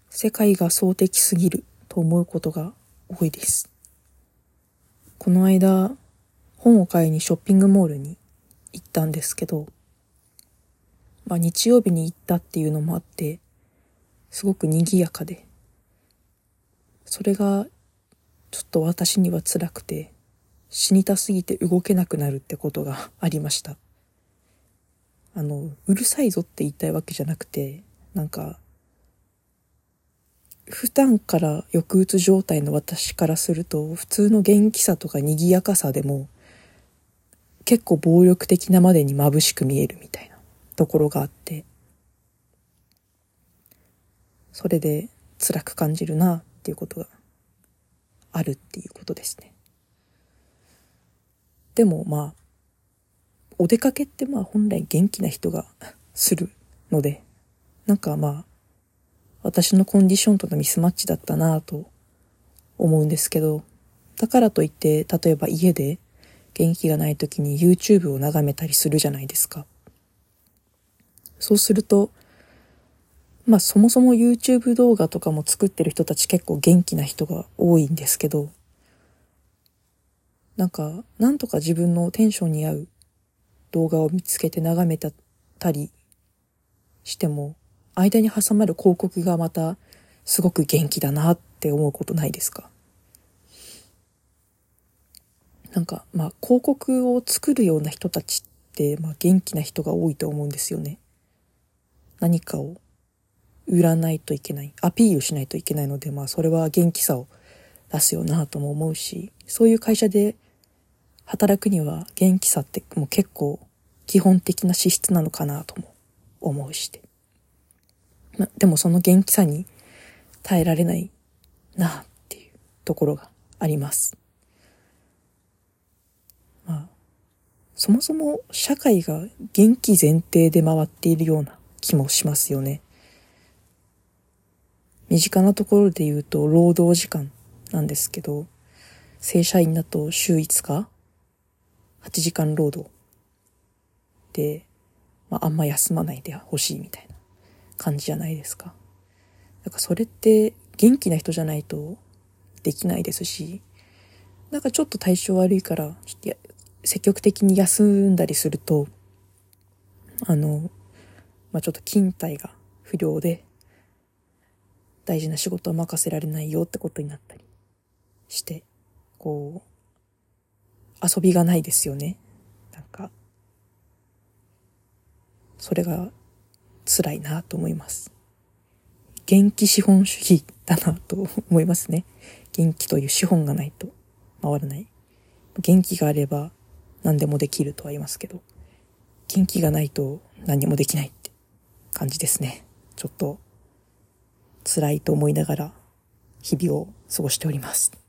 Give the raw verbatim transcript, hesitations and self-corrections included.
世界が壮適すぎると思うことが多いです。この間、本を買いにショッピングモールに行ったんですけど、まあ日曜日に行ったっていうのもあって、すごく賑やかで、それがちょっと私には辛くて、死にたすぎて動けなくなるってことがありました。あの、うるさいぞって言いたいわけじゃなくて、なんか、普段から抑うつ状態の私からすると、普通の元気さとか賑やかさでも、結構暴力的なまでに眩しく見えるみたいなところがあって、それで辛く感じるなっていうことがあるっていうことですね。でもまあ、お出かけってまあ本来元気な人がするので、なんかまあ、私のコンディションとのミスマッチだったなぁと思うんですけど、だからといって例えば家で元気がない時に YouTube を眺めたりするじゃないですか。そうするとまあそもそも YouTube 動画とかも作ってる人たち結構元気な人が多いんですけど、なんかなんとか自分のテンションに合う動画を見つけて眺めたりしても、間に挟まる広告がまたすごく元気だなって思うことないですか？なんかまあ広告を作るような人たちってまあ元気な人が多いと思うんですよね。何かを売らないといけない、アピールしないといけないので、まあそれは元気さを出すよなとも思うし、そういう会社で働くには元気さってもう結構基本的な資質なのかなとも思うし、まあ、でもその元気さに耐えられないなっていうところがあります。まあ、そもそも社会が元気前提で回っているような気もしますよね。身近なところで言うと労働時間なんですけど、正社員だと週いつかはちじかん労働で、まあ、あんま休まないでほしいみたいな感じじゃないですか。だからそれって元気な人じゃないとできないですし、なんかちょっと体調悪いからちょっとや積極的に休んだりすると、あの、まあ、ちょっと勤怠が不良で大事な仕事を任せられないよってことになったりして、こう遊びがないですよね。なんかそれが辛いなと思います。元気資本主義だなと思いますね。元気という資本がないと回らない。元気があれば何でもできるとは言いますけど、元気がないと何もできないって感じですね。ちょっと辛いと思いながら日々を過ごしております。